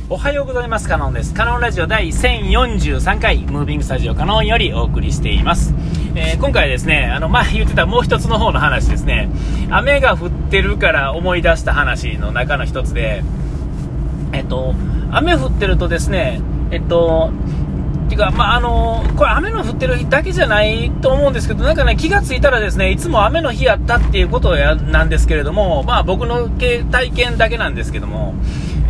おはようございます。カノンです。カノンラジオ第1043回ムービングスタジオカノンよりお送りしています。今回はですね、前言ってたもう一つの方の話ですね。雨が降ってるから思い出した話の中の一つで、雨降ってるとですね、てかこれ雨の降ってる日だけじゃないと思うんですけど、なんかね、気がついたらですね、いつも雨の日やったっていうことなんですけれども、僕の体験だけなんですけども、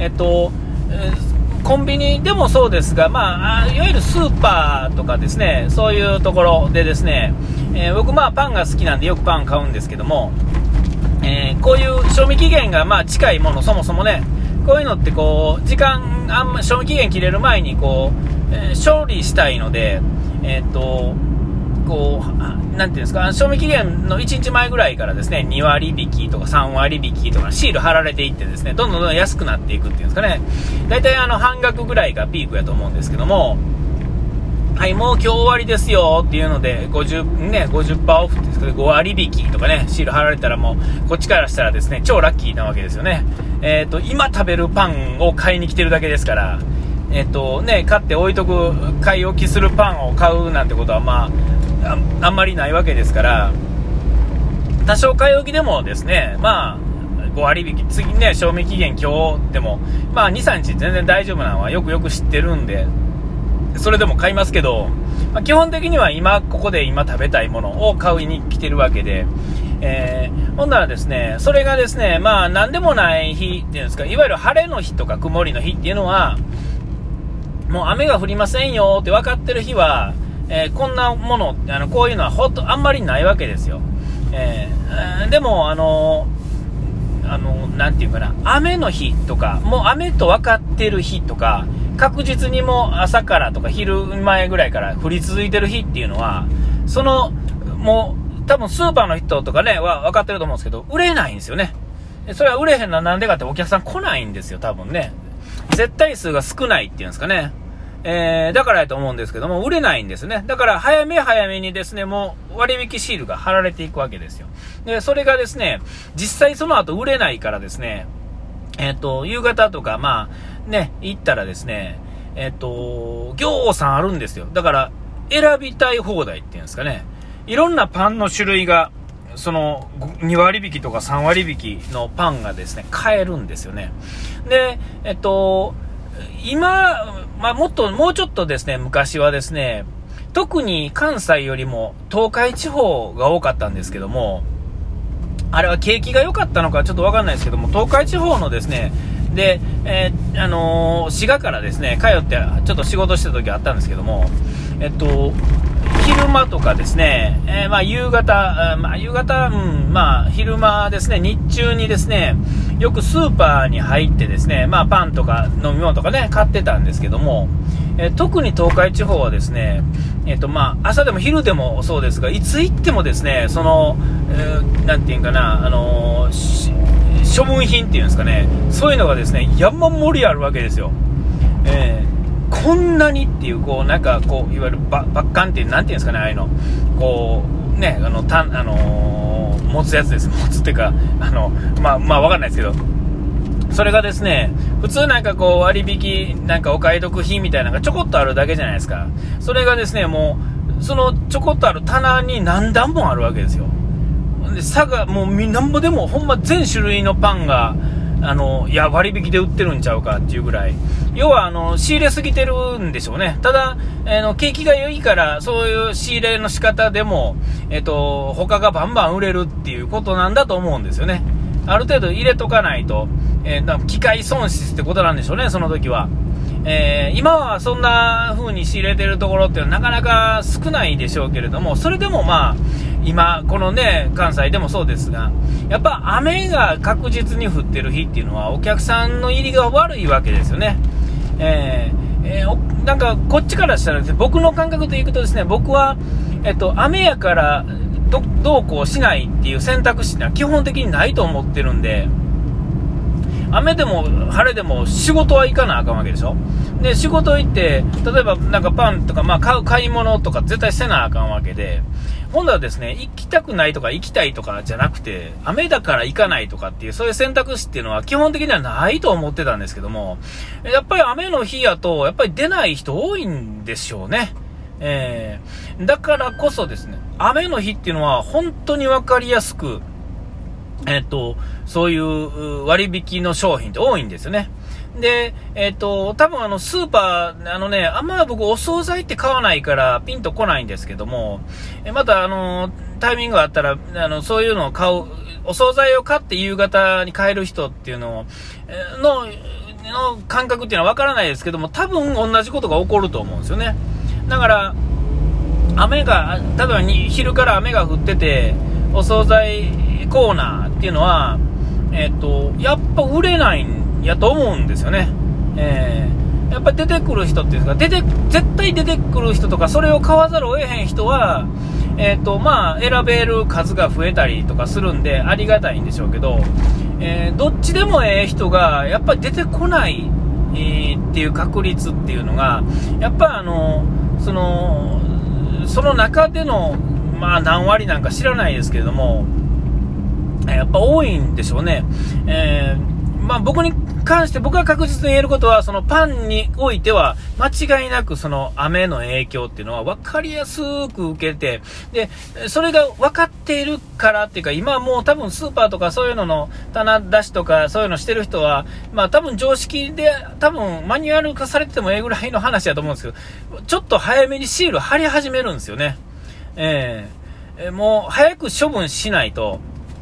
コンビニでもそうですが、いわゆるスーパーとかですね、そういうところでですね、僕パンが好きなんでよくパン買うんですけども、こういう賞味期限が近いもの、そもそもね、こういうのってこう賞味期限切れる前に勝利したいので、なんていうんですか、賞味期限の1日前ぐらいからですね、2割引きとか3割引きとかシール貼られていってですね、どんどん安くなっていくっていうんですかね。だいたい半額ぐらいがピークやと思うんですけども、はい、もう今日終わりですよっていうので 50% オフっていうんですか、5割引きとかね、シール貼られたらもうこっちからしたらですね、超ラッキーなわけですよね。今食べるパンを買いに来てるだけですから、買って置いとく、買い置きするパンを買うなんてことはあんまりないわけですから、多少買い置きでもですね、5割引き、次ね、賞味期限今日でも、2、3日全然大丈夫なのはよく知ってるんで、それでも買いますけど、基本的にはここで今食べたいものを買いに来てるわけで、ほんならですね、それがですね、何でもない日っていうんですか、いわゆる晴れの日とか曇りの日っていうのは、もう雨が降りませんよって分かってる日は、こんなもの、こういうのはあんまりないわけですよ。でもなんていうかな、雨の日とか、もう雨と分かってる日とか、確実にもう朝からとか昼前ぐらいから降り続いてる日っていうのは、もう多分スーパーの人とかねは分かってると思うんですけど、売れないんですよね。それは売れへんのはなんでかって、お客さん来ないんですよ、多分ね。絶対数が少ないっていうんですかね。だからやと思うんですけども、売れないんですね。だから早めにですね、もう割引シールが貼られていくわけですよ。で、それがですね、実際その後売れないからですね、夕方とか行ったらですね、行さんあるんですよ。だから選びたい放題っていうんですかね、いろんなパンの種類が、その2割引きとか3割引きのパンがですね、買えるんですよね。で、今、もうちょっとですね、昔はですね、特に関西よりも東海地方が多かったんですけども、あれは景気が良かったのかちょっと分かんないですけども、東海地方のですね、で、滋賀からですね、通ってちょっと仕事してた時あったんですけども、昼間とかですね、夕方、昼間ですね、日中にですね、よくスーパーに入ってですね、パンとか飲み物とかね、買ってたんですけども、特に東海地方はですね、朝でも昼でもそうですが、いつ行ってもですね、なんていうかな、処分品っていうんですかね、そういうのがですね、山盛りあるわけですよ。こんなにっていう、いわゆるバッカンっていう、なんていうんですかね、ああいうの、持つやつです。持つっていうか、わかんないですけど、それがですね、普通割引、お買い得品みたいなのがちょこっとあるだけじゃないですか。それがですね、もう、そのちょこっとある棚に何段もあるわけですよ。で、もうなんぼでも、ほんま全種類のパンが、割引で売ってるんちゃうかっていうぐらい、要は仕入れすぎてるんでしょうね。ただ景気が良いから、そういう仕入れの仕方でも他がバンバン売れるっていうことなんだと思うんですよね。ある程度入れとかないと、機械損失ってことなんでしょうね、その時は。今はそんな風に仕入れてるところっていうのはなかなか少ないでしょうけれども、それでも今このね、関西でもそうですが、やっぱ雨が確実に降ってる日っていうのはお客さんの入りが悪いわけですよね。こっちからしたらですね、僕の感覚でいくとですね、僕は雨やからどうこうしないっていう選択肢は基本的にないと思ってるんで、雨でも晴れでも仕事は行かなあかんわけでしょ。で、仕事行って例えばパンとか買い物とか絶対せなあかんわけで、 今度はですね、行きたくないとか行きたいとかじゃなくて、雨だから行かないとかっていう、そういう選択肢っていうのは基本的にはないと思ってたんですけども、やっぱり雨の日やと、やっぱり出ない人多いんでしょうね。だからこそですね、雨の日っていうのは本当にわかりやすく、そういう割引の商品って多いんですよね。で、多分スーパー、あんま僕お惣菜って買わないからピンとこないんですけども、またタイミングがあったら、そういうのを買う、お惣菜を買って夕方に買える人っていうのの感覚っていうのはわからないですけども、多分同じことが起こると思うんですよね。だから、例えば昼から雨が降ってて、お惣菜コーナーっていうのは、やっぱ売れないんやと思うんですよね。やっぱり出てくる人っていうんですか、絶対出てくる人とか、それを買わざるを得へん人は、選べる数が増えたりとかするんで、ありがたいんでしょうけど、どっちでも人が、やっぱり出てこない、っていう確率っていうのが、やっぱその中での、何割なんか知らないですけれども、やっぱ多いんでしょうね。僕に関して僕が確実に言えることは、そのパンにおいては間違いなくその雨の影響っていうのは分かりやすく受けて、でそれが分かっているからっていうか、今もう多分スーパーとかそういうのの棚出しとかそういうのしてる人は、多分常識で多分マニュアル化されててもぐらいの話だと思うんですけど、ちょっと早めにシール貼り始めるんですよね。もう早く処分しないと、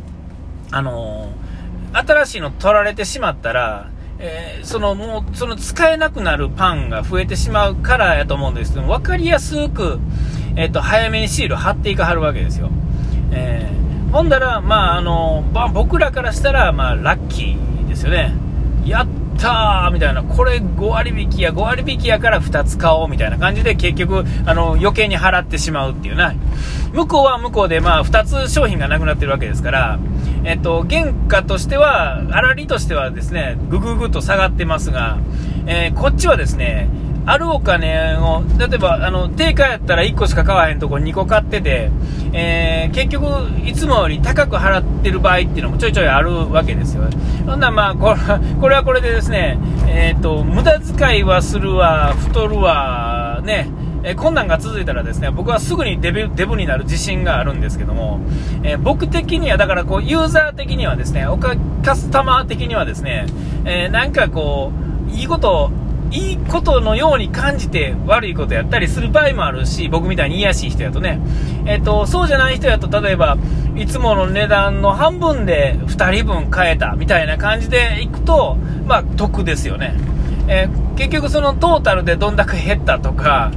新しいの取られてしまったら、もう使えなくなるパンが増えてしまうからやと思うんですけど、分かりやすく、早めにシール貼っていかはるわけですよ。ほんだら、僕らからしたら、ラッキーですよね。やったーみたいな、これ5割引きやから2つ買おうみたいな感じで、結局余計に払ってしまうっていうな。向こうは向こうで2つ商品がなくなってるわけですから、原価としては粗利としてはですね、ぐぐぐっと下がってますが、こっちはですね、あるお金を、例えば定価やったら1個しか買わへんとこ2個買ってて、結局いつもより高く払ってる場合っていうのもちょいちょいあるわけですよ。そんなこれはこれでですね、無駄遣いはするわ、太るわね、困難が続いたらですね、僕はすぐにデブになる自信があるんですけども、僕的にはだからユーザー的にはですね、カスタマー的にはですね、なんかいいことのように感じて悪いことやったりする場合もあるし、僕みたいに癒やしい人やとね、そうじゃない人やと、例えばいつもの値段の半分で2人分買えたみたいな感じでいくと、得ですよね。結局そのトータルでどんだけ減ったとか、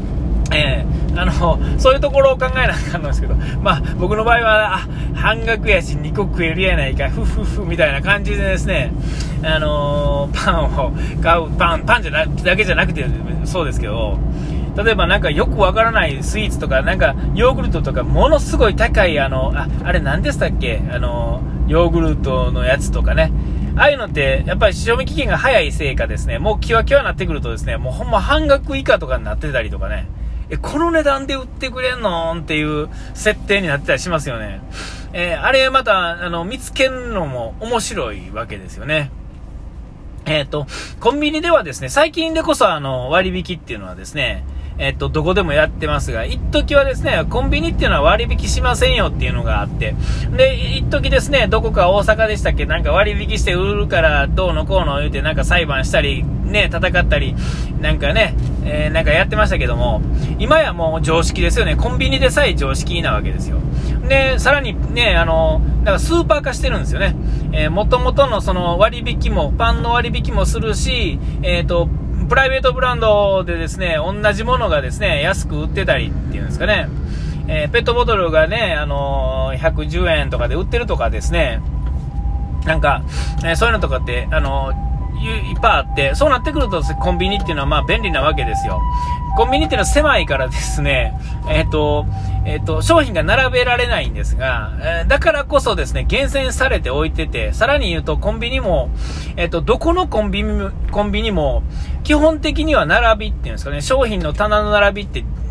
そういうところを考えなきゃなんですけど、僕の場合は半額やし2個食えるやないかふふふみたいな感じでですね、パンを買う、パンじゃなだけじゃなくてそうですけど、例えばなんかよくわからないスイーツとか、なんかヨーグルトとかものすごい高いあれ何でしたっけ、ヨーグルトのやつとかね、ああいうのってやっぱり賞味期限が早いせいかですね、もうキワキワになってくるとですね、もうほんま半額以下とかになってたりとかね、この値段で売ってくれんのっていう設定になってたりしますよね。あれまた見つけるのも面白いわけですよね。コンビニではですね、最近でこそ割引っていうのはですね、どこでもやってますが、一時はですね、コンビニっていうのは割引しませんよっていうのがあって、で、一時ですね、どこか大阪でしたっけ、なんか割引して売るからどうのこうの言うて、なんか裁判したり、ね、戦ったり、なんかね、なんかやってましたけども、今やもう常識ですよね。コンビニでさえ常識なわけですよ。で、さらにね、だからスーパー化してるんですよね。元々のその割引も、パンの割引もするし、プライベートブランドでですね、同じものがですね、安く売ってたりっていうんですかね、ペットボトルがね、110円とかで売ってるとかですね、なんか、そういうのとかって、いっぱいあって、そうなってくるとコンビニっていうのは便利なわけですよ。コンビニっていうのは狭いからですね、商品が並べられないんですが、だからこそですね、厳選されて置いてて、さらに言うとコンビニも、どこのコンビニも基本的には並びっていうんですかね、商品の棚の並びって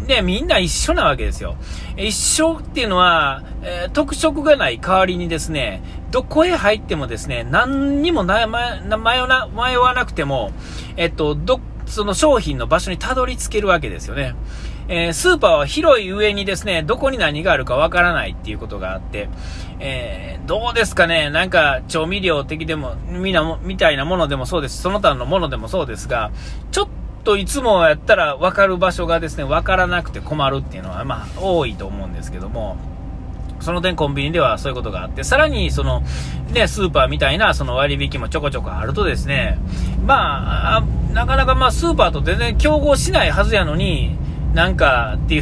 ね、みんな一緒なわけですよ。一緒っていうのは、特色がない代わりにですね、どこへ入ってもですね、何にも迷わなくても、その商品の場所にたどり着けるわけですよね。スーパーは広い上にですね、どこに何があるかわからないっていうことがあって、どうですかね、なんか調味料的でも、みたいなものでもそうです。その他のものでもそうですが、ちょっといつもやったら分かる場所がですね、分からなくて困るっていうのは多いと思うんですけども、その点コンビニではそういうことがあって、さらにそのね、スーパーみたいなその割引もちょこちょこあるとですね、なかなかスーパーと全然競合しないはずやのに、なんかっていう、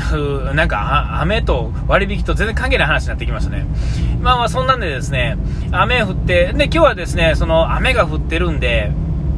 なんか雨と割引と全然関係ない話になってきましたね。そんなんでですね、雨降って、で今日はですね、その雨が降ってるんで、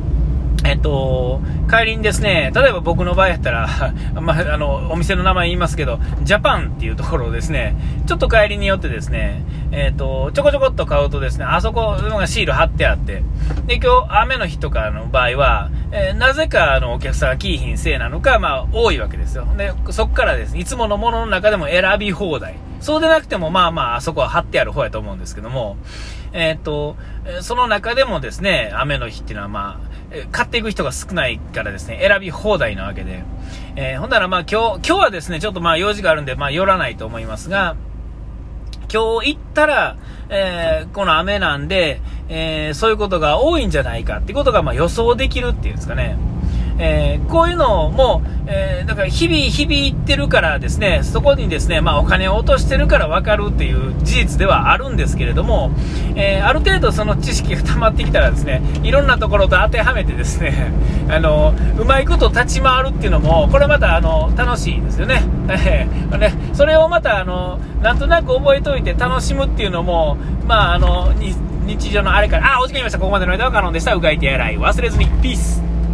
帰りにですね、例えば僕の場合やったら、お店の名前言いますけど、ジャパンっていうところをですね、ちょっと帰りによってですね、ちょこちょこっと買うとですね、あそこがシール貼ってあって、で、今日雨の日とかの場合は、なぜかお客さんが来いひんせいなのか、多いわけですよ。で、そこからですね、いつものものの中でも選び放題。そうでなくても、あそこは貼ってある方やと思うんですけども、その中でもですね、雨の日っていうのは買っていく人が少ないからですね、選び放題なわけで、ほんなら今日はですね、ちょっと用事があるんで、寄らないと思いますが、今日行ったら、この雨なんで、そういうことが多いんじゃないかっていうことが予想できるっていうんですかね。こういうのも、だから日々行ってるからですね、そこにですね、お金を落としてるから分かるっていう事実ではあるんですけれども、ある程度その知識が溜まってきたらですね、いろんなところと当てはめてですね、うまいこと立ち回るっていうのも、これまた楽しいですよね。それをまたなんとなく覚えておいて楽しむっていうのも、日常のあれから、お時間ありました。ここまでの間はカノンでした。うがい手洗い忘れずに。ピース。